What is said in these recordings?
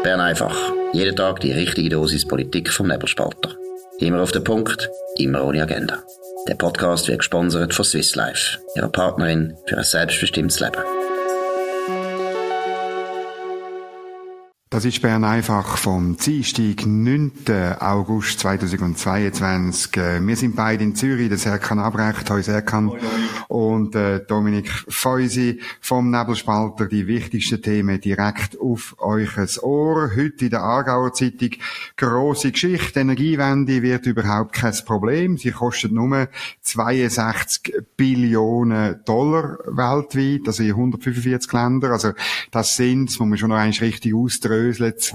Bern einfach. Jeden Tag die richtige Dosis Politik vom Nebelspalter. Immer auf den Punkt, immer ohne Agenda. Der Podcast wird gesponsert von Swiss Life, ihrer Partnerin für ein selbstbestimmtes Leben. Das ist Bern einfach vom Dienstag, 9. August 2022. Wir sind beide in Zürich, der Serkan Abrecht, Hoi Serkan, und Dominik Feusi vom Nebelspalter. Die wichtigsten Themen direkt auf euch Ohr. Heute in der Aargauer Zeitung grosse Geschichte. Energiewende wird überhaupt kein Problem. Sie kostet nur 62 Billionen Dollar weltweit, also in 145 Ländern. Also das sind, das muss man schon noch einmal richtig ausdrücken,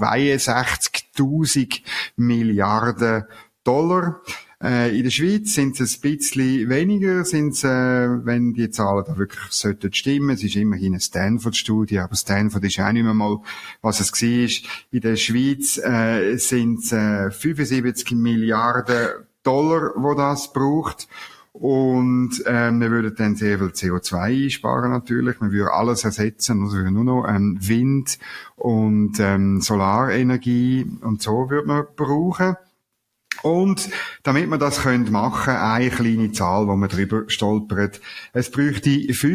62.000 Milliarden Dollar. In der Schweiz sind es ein bisschen weniger, wenn die Zahlen da wirklich stimmen sollten. Es ist immerhin eine Stanford-Studie, aber Stanford ist auch nicht mehr mal, was es war. In der Schweiz sind es 75 Milliarden Dollar, wo das braucht. Und wir würden dann sehr viel CO2 einsparen natürlich. Wir würden alles ersetzen, also wir würden nur noch Wind und Solarenergie und so würde man brauchen. Und damit wir das machen können, eine kleine Zahl, wo man drüber stolpert. Es bräuchte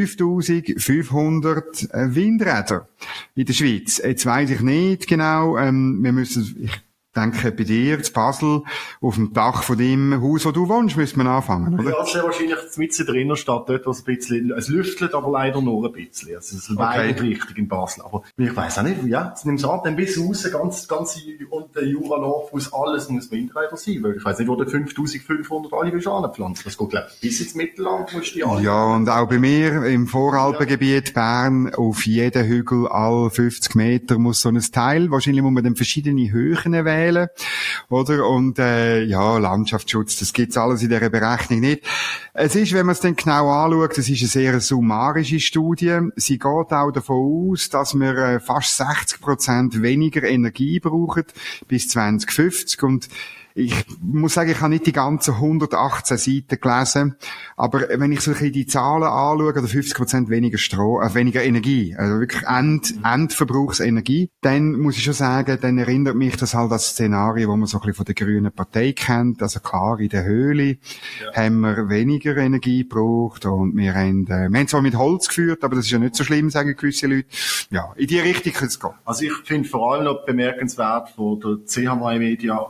5500 Windräder in der Schweiz. Jetzt weiss ich nicht genau, wir müssen, ich denke, bei dir, zu Basel, auf dem Dach von deinem Haus, wo du wohnst, müssen wir anfangen, oder? Ja, das ist wahrscheinlich mitten in der Innenstadt, dort, wo es ein bisschen, es lüftelt, aber leider nur ein bisschen. Also, es weint richtig in Basel. Aber ich weiss auch nicht, ja, jetzt nimm's an, dann bis raus, ganz und der Jura-Nordfuss, alles muss Windräder sein, weil ich weiss nicht, wo der 5500 alle anpflanzen. Das geht, glaube ich, bis ins Mittelland, musst du die alle. Ja, und auch bei mir, im Voralpengebiet Bern, auf jeden Hügel, all 50 Meter muss so ein Teil, wahrscheinlich muss man dann verschiedene Höhen wählen, oder? Und, ja, Landschaftsschutz, das gibt's alles in dieser Berechnung nicht. Es ist, wenn man es dann genau anschaut, das ist eine sehr summarische Studie. Sie geht auch davon aus, dass wir fast 60% weniger Energie brauchen bis 2050. Und ich muss sagen, ich habe nicht die ganzen 118 Seiten gelesen, aber wenn ich so ein bisschen die Zahlen anschaue, oder 50% weniger Energie, also wirklich Endverbrauchsenergie, dann muss ich schon sagen, dann erinnert mich das halt an das Szenario, wo man so ein bisschen von der Grünen Partei kennt. Also klar, in der Höhle haben wir weniger Energie gebraucht und wir haben zwar mit Holz geführt, aber das ist ja nicht so schlimm, sagen gewisse Leute. Ja, in die Richtung kann es gehen. Also ich finde vor allem noch bemerkenswert von der CHMI Media,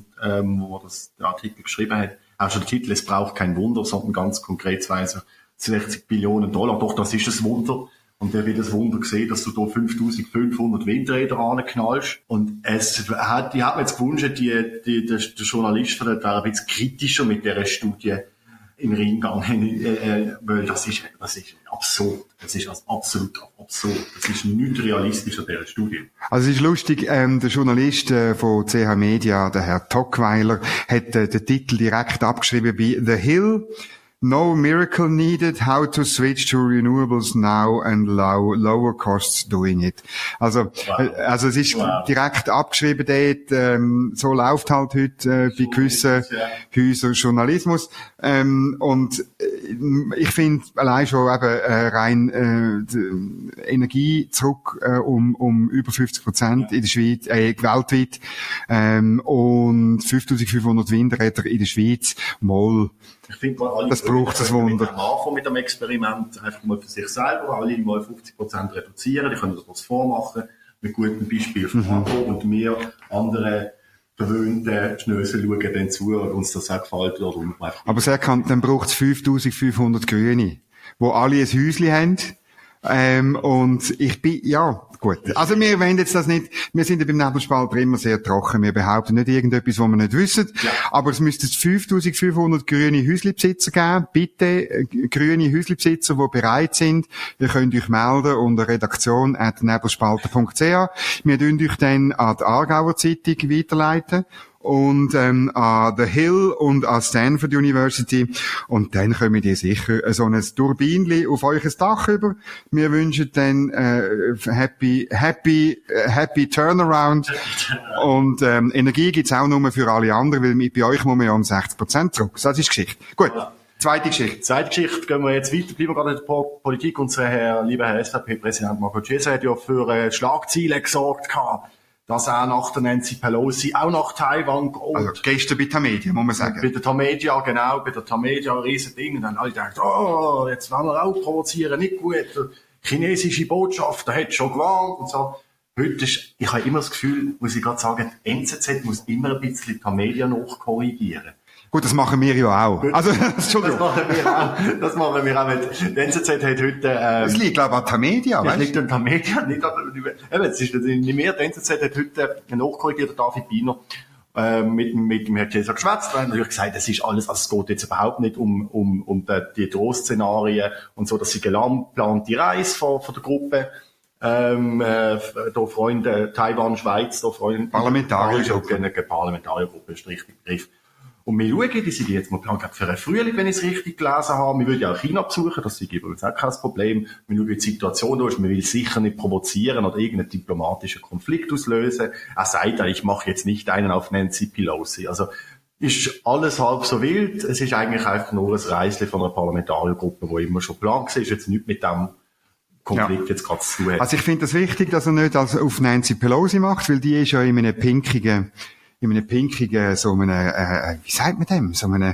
wo das der Artikel geschrieben hat, auch schon der Titel, es braucht kein Wunder, sondern ganz konkretweise 60 Billionen Dollar. Doch, das ist ein Wunder. Und der wird das Wunder gesehen, dass du da 5500 Windräder anknallst. Und die hat mir jetzt gewünscht, der Journalist wäre ein bisschen kritischer mit dieser Studie in den Ring gegangen, weil das ist absurd. Das ist absolut absurd. Das ist nicht realistisch an dieser Studie. Also es ist lustig, der Journalist von CH Media, der Herr Tockweiler, hat den Titel direkt abgeschrieben bei The Hill. No miracle needed, how to switch to renewables now and lower costs doing it. Also es ist direkt abgeschrieben dort, so läuft halt heute bei gewissen Häusern Journalismus. Und ich finde allein schon eben rein Energie zurück um über 50% in der Schweiz, weltweit, und 5500 Windräder in der Schweiz, mal. Ich finde, das braucht es Wunder. Anfangen mit dem Experiment, einfach mal für sich selber, alle mal 50% reduzieren, die können das vormachen, mit gutem Beispiel von Hamburg, und wir andere verwöhnte Schnösel schauen dann zu, ob uns das auch gefällt oder nicht. Aber dann braucht es 5500 Grüne, wo alle ein Häuschen haben. Und ich bin, ja, gut. Also wir wollen jetzt das nicht, wir sind ja beim Nebelspalter immer sehr trocken, wir behaupten nicht irgendetwas, was wir nicht wissen, aber es müsste 5500 grüne Häuslebesitzer geben, bitte, grüne Häuslebesitzer, die bereit sind, ihr könnt euch melden unter redaktion@nebelspalter.ch, wir tun euch dann an die Aargauer Zeitung weiterleiten, und an The Hill und an Stanford University, und dann kommen die sicher so ein Turbinli auf euch Dach über. Wir wünschen dann happy Turnaround, und Energie gibt's auch nur für alle anderen, weil bei euch muss man ja um 60% zurück. Das ist Geschichte. Gut. Zweite Geschichte gehen wir jetzt weiter, bleiben wir gerade in der Politik. Unser lieber Herr SVP-Präsident Marco Chiesa hat ja für Schlagzeilen gesorgt gehabt. dass er nach der Nancy Pelosi auch nach Taiwan geht. Also gestern bei Tamedia, muss man sagen. Bei der Tamedia, genau, bei der Tamedia ein riesen Ding. Und dann alle gedacht, oh, jetzt wollen wir auch provozieren, nicht gut. Der chinesische Botschafter hat schon gewarnt und so. Heute ist, ich habe immer das Gefühl, muss ich gerade sagen, die NZZ muss immer ein bisschen Tamedia nachkorrigieren. Gut, das machen wir ja auch. Gut, also, das machen wir auch. Die NZZ hat heute, es liegt, glaube ich, an Tamedia, weißt du? Es liegt an Tamedia, nicht an, es ist nicht mehr. Die NZZ hat heute einen nachkorrigierten David Biener, mit dem Herrn Cesar geschwätzt. Er hat natürlich gesagt, es ist alles, also es geht jetzt überhaupt nicht um die Drohszenarien und so, dass sie geplante Reise von der Gruppe, da Freunde, Taiwan, Schweiz, da Freunde, Parlamentariergruppe ist der richtige Begriff. Und wir schauen, die sind jetzt mal geplant für einen Frühling, wenn ich es richtig gelesen habe. Wir würden ja auch China besuchen, das ist übrigens auch kein Problem. Wir schauen, wie die Situation da ist. Wir will sicher nicht provozieren oder irgendeinen diplomatischen Konflikt auslösen. Er sagt ja, ich mache jetzt nicht einen auf Nancy Pelosi. Also, ist alles halb so wild. Es ist eigentlich einfach nur ein Reisli von einer Parlamentariergruppe, die immer schon geplant war. Ist jetzt nicht mit dem Konflikt jetzt gerade zu tun. Also ich finde das wichtig, dass er nicht auf Nancy Pelosi macht, weil die ist ja in einem pinkigen, so einem, wie sagt man dem? So einem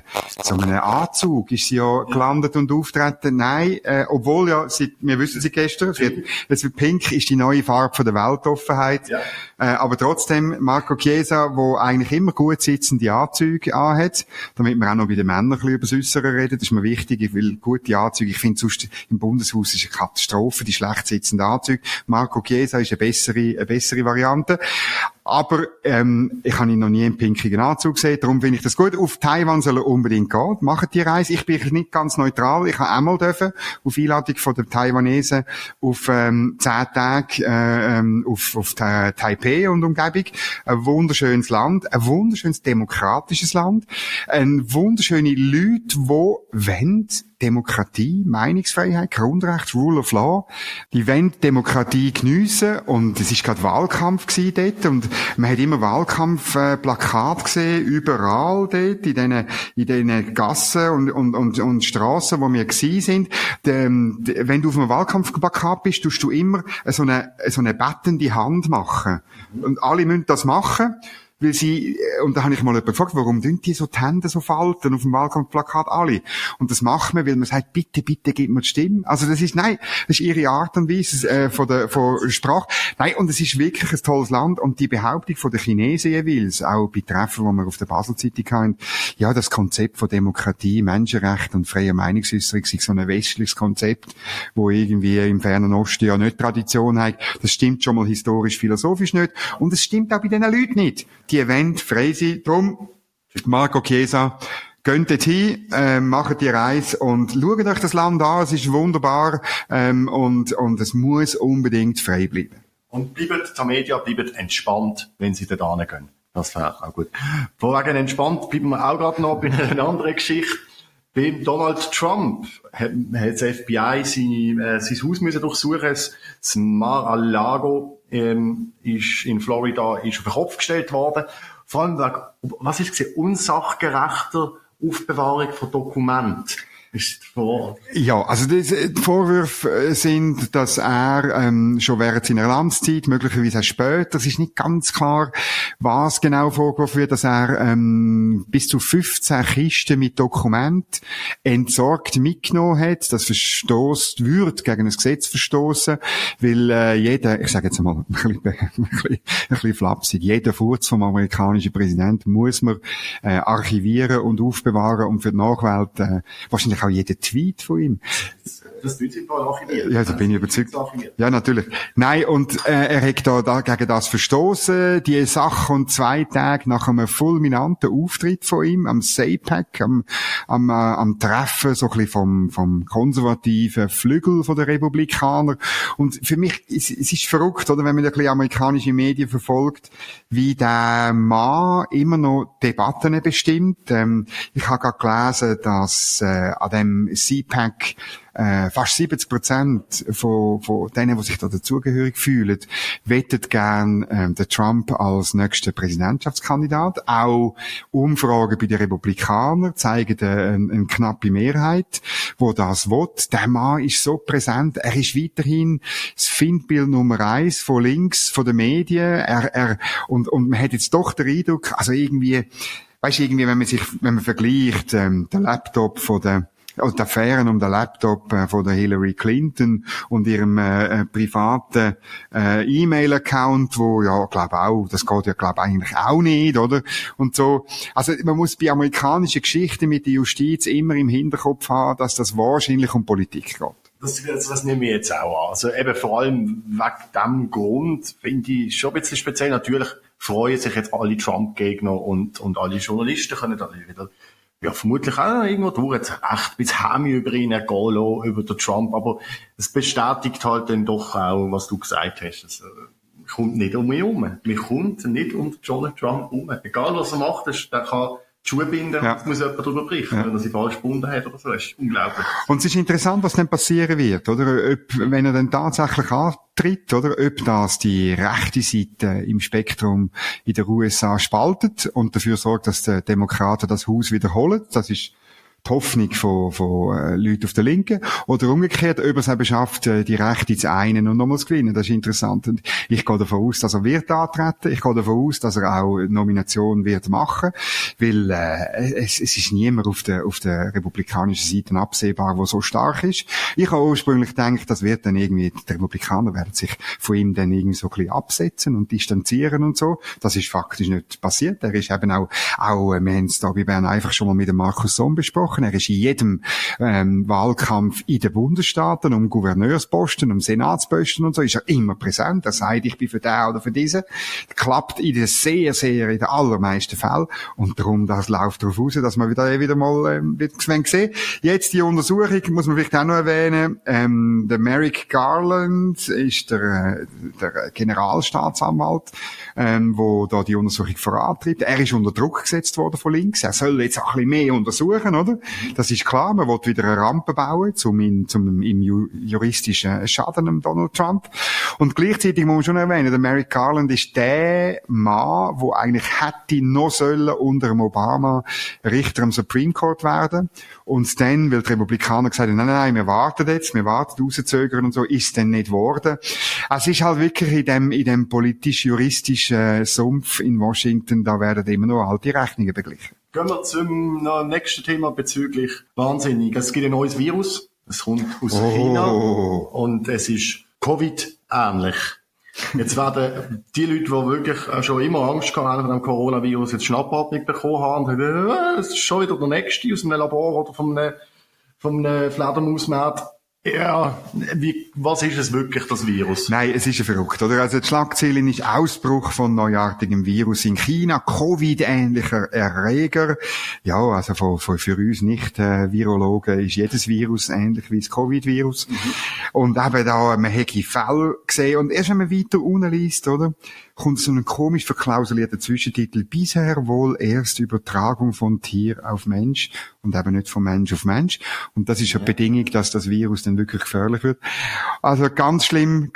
Anzug ist sie ja gelandet und auftreten. Nein, obwohl ja, wir wissen sie gestern, es wird pink ist die neue Farbe von der Weltoffenheit. Ja. Aber trotzdem, Marco Chiesa, wo eigentlich immer gut sitzende Anzüge anhat, damit wir auch noch bei den Männern ein bisschen über das Äußere reden, das ist mir wichtig, weil gute Anzüge, ich finde sonst im Bundeshaus ist eine Katastrophe, die schlecht sitzenden Anzüge. Marco Chiesa ist eine bessere Variante. Aber ich habe ihn noch nie im pinkigen Anzug gesehen, darum finde ich das gut. Auf Taiwan soll er unbedingt gehen. Machen die Reise. Ich bin nicht ganz neutral. Ich habe einmal dürfen, auf Einladung von den Taiwanesen, auf 10 Tage auf Taipei und Umgebung. Ein wunderschönes Land, ein wunderschönes demokratisches Land, wunderschöne Leute, die wollen Demokratie, Meinungsfreiheit, Grundrecht, Rule of Law. Die wollen Demokratie geniessen und es ist gerade Wahlkampf gewesen dort und man hat immer Wahlkampfplakate gesehen, überall dort, in diesen Gassen und Strassen, wo wir gewesen sind. Wenn du auf einem Wahlkampfplakat bist, tust du immer so eine bettende Hand machen. Und alle müssen das machen. Weil sie, und da habe ich mal jemanden gefragt, warum tun die so die Hände so falten auf dem Wahlkampfplakat alle? Und das macht man, weil man sagt, bitte, bitte, gib mir die Stimme. Also das ist ihre Art und Weise, von Sprache. Nein, und es ist wirklich ein tolles Land. Und die Behauptung von den Chinesen jeweils, auch bei Treffen, wo wir auf der Basel-Zeitung hatten, ja, das Konzept von Demokratie, Menschenrecht und freier Meinungsäußerung ist so ein westliches Konzept, wo irgendwie im Fernen Osten ja nicht Tradition hat. Das stimmt schon mal historisch, philosophisch nicht. Und es stimmt auch bei diesen Leuten nicht. Die wollen frei sein. Drum, Marco Chiesa, geht dorthin, macht die Reise und schaut euch das Land an. Es ist wunderbar, und es muss unbedingt frei bleiben. Und Tamedia, bleibt entspannt, wenn sie da gehen. Das wäre auch gut. Vorwegen entspannt bleiben wir auch gerade noch bei einer anderen Geschichte. Beim Donald Trump hat das FBI sein Haus müssen durchsuchen. Das Mar-a-Lago ist in Florida ist auf den Kopf gestellt worden. Vor allem, was ist gesehen, unsachgerechter Aufbewahrung von Dokumenten. Ja, also die Vorwürfe sind, dass er schon während seiner Amtszeit, möglicherweise auch später, es ist nicht ganz klar, was genau vorgeworfen wird, dass er bis zu 15 Kisten mit Dokumenten entsorgt mitgenommen hat. Das würde gegen ein Gesetz verstoßen, weil jeder, ich sage jetzt mal ein bisschen flapsig, jeder Furz vom amerikanischen Präsidenten muss man archivieren und aufbewahren und für die Nachwelt wahrscheinlich auch jeden Tweet von ihm. Das tut sich mal archiviert. Ja, da bin ich überzeugt. Ja, natürlich. Nein, und er hat da gegen das verstoßen. Die Sache kommt 2 Tage nach einem fulminanten Auftritt von ihm am SAPAC, am Treffen so ein bisschen vom konservativen Flügel von der Republikaner. Und für mich, es ist verrückt, oder, wenn man ein bisschen amerikanische Medien verfolgt, wie der Mann immer noch Debatten bestimmt. Ich habe gerade gelesen, dass an dem SAPAC fast 70% von denen, die sich da dazugehörig fühlen, wettet gern den Trump als nächsten Präsidentschaftskandidat. Auch Umfragen bei den Republikanern zeigen eine knappe Mehrheit, wo das will. Der Mann ist so präsent, er ist weiterhin das Feindbild Nummer 1 von links, von den Medien. Und man hat jetzt doch den Eindruck, also irgendwie, wenn man vergleicht, den Laptop die Affären um den Laptop von der Hillary Clinton und ihrem privaten E-Mail-Account, wo das geht ja eigentlich auch nicht, oder? Und so, also man muss bei amerikanischen Geschichten mit der Justiz immer im Hinterkopf haben, dass das wahrscheinlich um Politik geht. Das nehme ich jetzt auch an. Also eben vor allem wegen dem Grund finde ich schon ein bisschen speziell. Natürlich freuen sich jetzt alle Trump-Gegner und alle Journalisten können dann wieder vermutlich auch irgendwo durch jetzt echt bis Hemi über ihn ergehen lassen, über den Trump, aber es bestätigt halt dann doch auch, was du gesagt hast. Es kommt nicht um mich herum. Man kommt nicht um Donald Trump herum. Egal was er macht, der kann die Schuhe binden, es muss jemand darüber berichten, wenn er sie falsch gebunden hat oder so. Das ist unglaublich. Und es ist interessant, was dann passieren wird, oder? Wenn er dann tatsächlich antritt, oder? Ob das die rechte Seite im Spektrum in den USA spaltet und dafür sorgt, dass die Demokraten das Haus wiederholen. Das ist die Hoffnung von Leuten auf der Linken. Oder umgekehrt, ob er es eben schafft, die Rechte zu einen und nochmals gewinnen. Das ist interessant. Und ich gehe davon aus, dass er wird antreten. Ich gehe davon aus, dass er auch Nomination wird machen. Weil, es ist niemand auf der republikanischen Seite absehbar, der so stark ist. Ich habe ursprünglich gedacht, das wird dann irgendwie, die Republikaner werden sich von ihm dann irgendwie so ein bisschen absetzen und distanzieren und so. Das ist faktisch nicht passiert. Er ist eben auch, wir haben es da bei Bern einfach schon mal mit dem Markus Somm besprochen. Er ist in jedem Wahlkampf in den Bundesstaaten, um Gouverneursposten, um Senatsposten und so, ist er immer präsent. Er sagt, ich bin für den oder für diesen. Das klappt in den in den allermeisten Fällen. Und darum, das läuft darauf raus, dass man wieder mal sehen. Jetzt die Untersuchung, muss man vielleicht auch noch erwähnen, der Merrick Garland ist der Generalstaatsanwalt, wo da die Untersuchung vorantreibt. Er ist unter Druck gesetzt worden von links. Er soll jetzt auch ein bisschen mehr untersuchen, oder? Das ist klar, man will wieder eine Rampe bauen, zum juristischen Schaden am Donald Trump. Und gleichzeitig muss man schon erwähnen, der Merrick Garland ist der Mann, der eigentlich hätte noch sollen unter dem Obama Richter am Supreme Court werden. Und dann, weil die Republikaner gesagt haben, nein, wir warten rauszögern und so, ist es dann nicht geworden. Also es ist halt wirklich in dem politisch-juristischen Sumpf in Washington, da werden immer noch alte Rechnungen beglichen. Gehen wir zum nächsten Thema bezüglich wahnsinnig. Es gibt ein neues Virus. Es kommt aus China. Und es ist Covid-ähnlich. Jetzt werden die Leute, die wirklich schon immer Angst haben vor dem Coronavirus, jetzt Schnappatmung bekommen haben und sagen, es ist schon wieder der Nächste aus einem Labor oder vom Fledermausmarkt. Ja, was ist es wirklich, das Virus? Nein, es ist ja verrückt, oder? Also die Schlagzeile ist Ausbruch von neuartigem Virus in China, Covid-ähnlicher Erreger. Ja, also für uns Nicht-Virologen ist jedes Virus ähnlich wie das Covid-Virus. Und eben da, man hätte Fälle gesehen. Und erst wenn man weiter unten liest, oder? Kommt so ein komisch verklausulierter Zwischentitel, bisher wohl erst Übertragung von Tier auf Mensch und eben nicht von Mensch auf Mensch. Und das ist eine Bedingung, dass das Virus dann wirklich gefährlich wird. Also ganz schlimm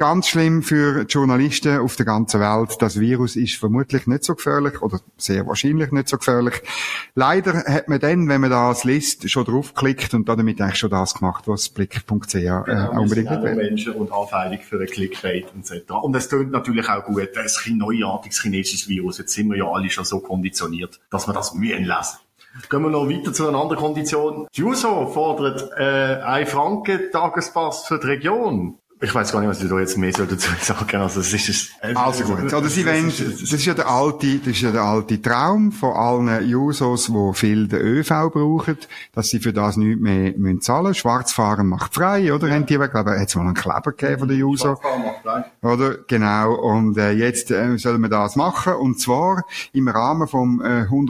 für die Journalisten auf der ganzen Welt. Das Virus ist vermutlich nicht so gefährlich oder sehr wahrscheinlich nicht so gefährlich. Leider hat man dann, wenn man das liest, schon draufgeklickt und damit eigentlich schon das gemacht, was blick.ch unbedingt nicht will. Menschen und Anfeindung für eine Clickbait etc. Und es tönt natürlich auch gut, ein neuartiges chinesisches Virus. Jetzt sind wir ja alle schon so konditioniert, dass wir das lesen. Gehen wir noch weiter zu einer anderen Kondition. Die Juso fordert 1 Franken Tagespass für die Region. Ich weiss gar nicht, was ich da jetzt mehr dazu sagen. Also, es ist also gut. Oder sie wollen, das ist ja der alte Traum von allen Jusos, die viel den ÖV brauchen, dass sie für das nichts mehr zahlen müssen. Schwarzfahren macht frei, oder? Ja. Haben die, ich glaube, hat es mal einen Kleber gegeben von der Juso. Schwarzfahren macht frei. Oder? Genau. Und, jetzt, sollen wir das machen. Und zwar im Rahmen vom,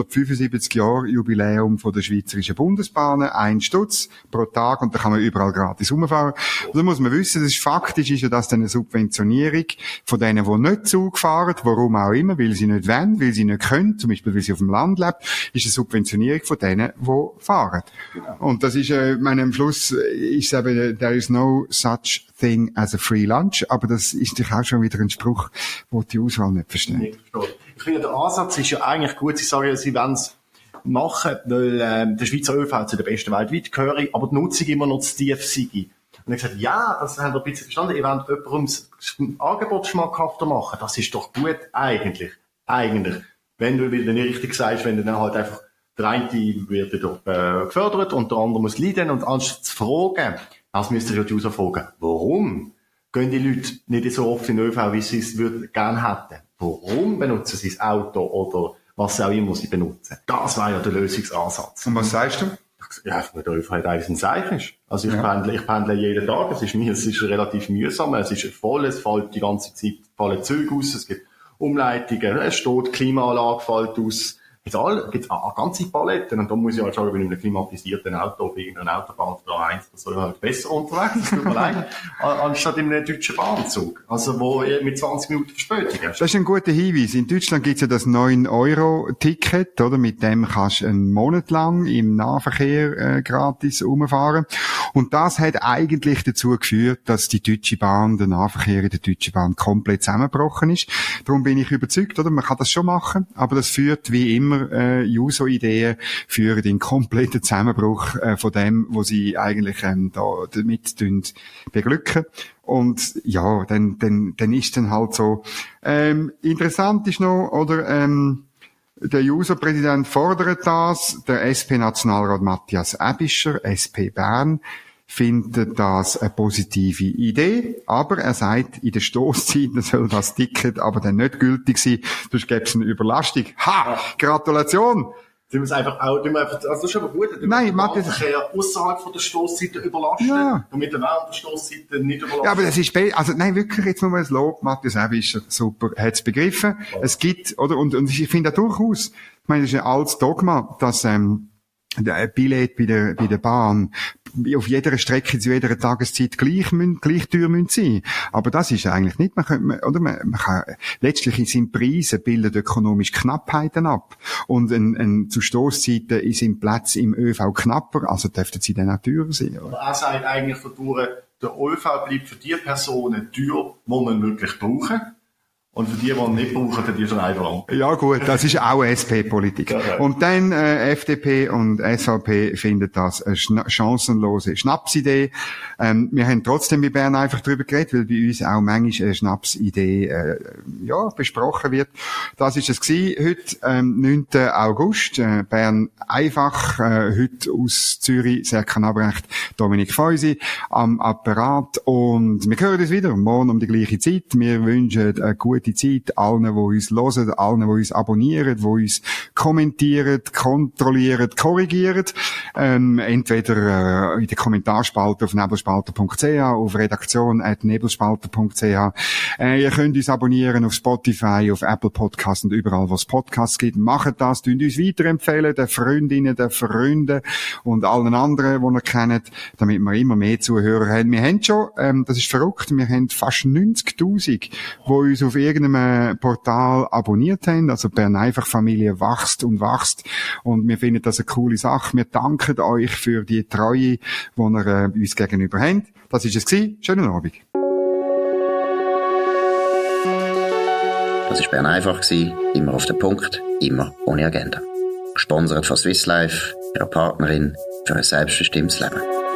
175 Jahr Jubiläum von der Schweizerischen Bundesbahnen. 1 Stutz pro Tag und da kann man überall gratis rumfahren. Und da muss man wissen, das ist faktisch ist ja das dann eine Subventionierung von denen, die nicht Zug fahren, warum auch immer, weil sie nicht wollen, weil sie nicht können, zum Beispiel, weil sie auf dem Land leben, ist eine Subventionierung von denen, die fahren. Genau. Und das ist, am Schluss ist eben, there is no such thing as a free lunch, aber das ist natürlich auch schon wieder ein Spruch, wo die Auswahl nicht versteht. Ich finde, der Ansatz ist ja eigentlich gut. Sie sagen, sie wollen es machen, weil der Schweizer ÖV zu der besten weltweit gehöre, aber die Nutzung immer noch zu tief sei. Und ich habe gesagt, ja, das haben wir ein bisschen verstanden. Ihr wollt jemandem das Angebot schmackhafter machen. Das ist doch gut, eigentlich. Wenn du wieder nicht richtig sagst, wenn du dann halt einfach, der eine wird wieder gefördert und der andere muss leiden, und anstatt zu fragen, das müsst ihr ja die User fragen, warum gehen die Leute nicht so oft in den ÖV, wie sie es gerne hätten? Warum benutzen sie das Auto oder was auch immer sie benutzen? Das war ja der Lösungsansatz. Und was sagst du? Ja, der ÖV hat eigentlich ein Zeichen. Also ich pendle jeden Tag, es ist relativ mühsam, es ist voll, es fällt die ganze Zeit, fallen Züge aus, es gibt Umleitungen, es steht, Klimaanlage fällt aus, es gibt ganze Paletten, und da muss ich halt sagen, wenn ich in einem klimatisierten Auto auf irgendeiner Autobahn der A1, das soll halt besser unterwegs, das tut mir leid, anstatt in einem deutschen Bahnzug, also wo mit 20 Minuten Verspätung ist. Das ist ein guter Hinweis. In Deutschland gibt's ja das 9-Euro-Ticket, oder? Mit dem kannst du einen Monat lang im Nahverkehr gratis rumfahren. Und das hat eigentlich dazu geführt, dass die Deutsche Bahn, der Nahverkehr in der Deutschen Bahn komplett zusammengebrochen ist. Darum bin ich überzeugt, oder? Man kann das schon machen, aber das führt wie immer Juso-Ideen führen in kompletten Zusammenbruch von dem, wo sie eigentlich da damit beglücken. Und ja, dann ist dann halt so. Interessant ist noch, oder der Juso-Präsident fordert das, der SP-Nationalrat Matthias Aebischer, SP Bern, findet das eine positive Idee, aber er sagt, in der Stosszeiten soll das Ticket aber dann nicht gültig sein, sonst gäbe es eine Überlastung. Ha! Gratulation! Also das ist aber gut, nein, Matthias, außerhalb von der Stosszeiten überlasten, damit er während der Stosszeiten nicht überlastet. Ja, aber das ist nein, wirklich, jetzt nur mal ein Lob, Matthias Aebischer, super, hat's begriffen. Ja. Es gibt, oder, und ich finde auch durchaus, ich meine, das ist ein altes Dogma, dass, der Billett bei der Bahn auf jeder Strecke zu jeder Tageszeit gleich teuer müssen sein. Aber das ist eigentlich nicht. Man kann, letztlich sind Preise bilden ökonomisch Knappheiten ab. Und zu Stosszeiten sind Plätze im ÖV knapper, also dürften sie dann auch teurer sein. Oder? Er sagt eigentlich der ÖV bleibt für die Personen teuer, die man wirklich brauchen. Und für die, die ihn nicht brauchen, die schon einfach lang. Ja gut, das ist auch SP-Politik. Okay. Und dann FDP und SVP finden das eine chancenlose Schnapsidee. Wir haben trotzdem bei Bern einfach darüber geredet, weil bei uns auch manchmal eine Schnapsidee besprochen wird. Das ist es gewesen. Heute, 9. August, Bern einfach, heute aus Zürich, Serkan Abrecht, Dominik Feusi am Apparat. Und wir hören uns wieder morgen um die gleiche Zeit. Wir wünschen eine gute Zeit allen, die uns hören, allen, die uns abonnieren, die uns kommentieren, kontrollieren, korrigieren. Entweder in der Kommentarspalte auf nebelspalter.ch, auf redaktion@nebelspalter.ch. Ihr könnt uns abonnieren auf Spotify, auf Apple Podcasts und überall, wo es Podcasts gibt. Macht das, tun uns weiterempfehlen, den Freundinnen, den Freunden und allen anderen, die ihr kennt, damit wir immer mehr Zuhörer haben. Wir haben schon, das ist verrückt, wir haben fast 90.000, die uns auf irgendeinem Portal abonniert haben. Also Bern einfach Familie wächst und wächst. Und wir finden das eine coole Sache. Wir danken euch für die Treue, die ihr uns gegenüber habt. Das war es gewesen. Schönen Abend. Das war Bern einfach gewesen. Immer auf den Punkt, immer ohne Agenda. Gesponsert von Swiss Life, ihrer Partnerin für ein selbstbestimmtes Leben.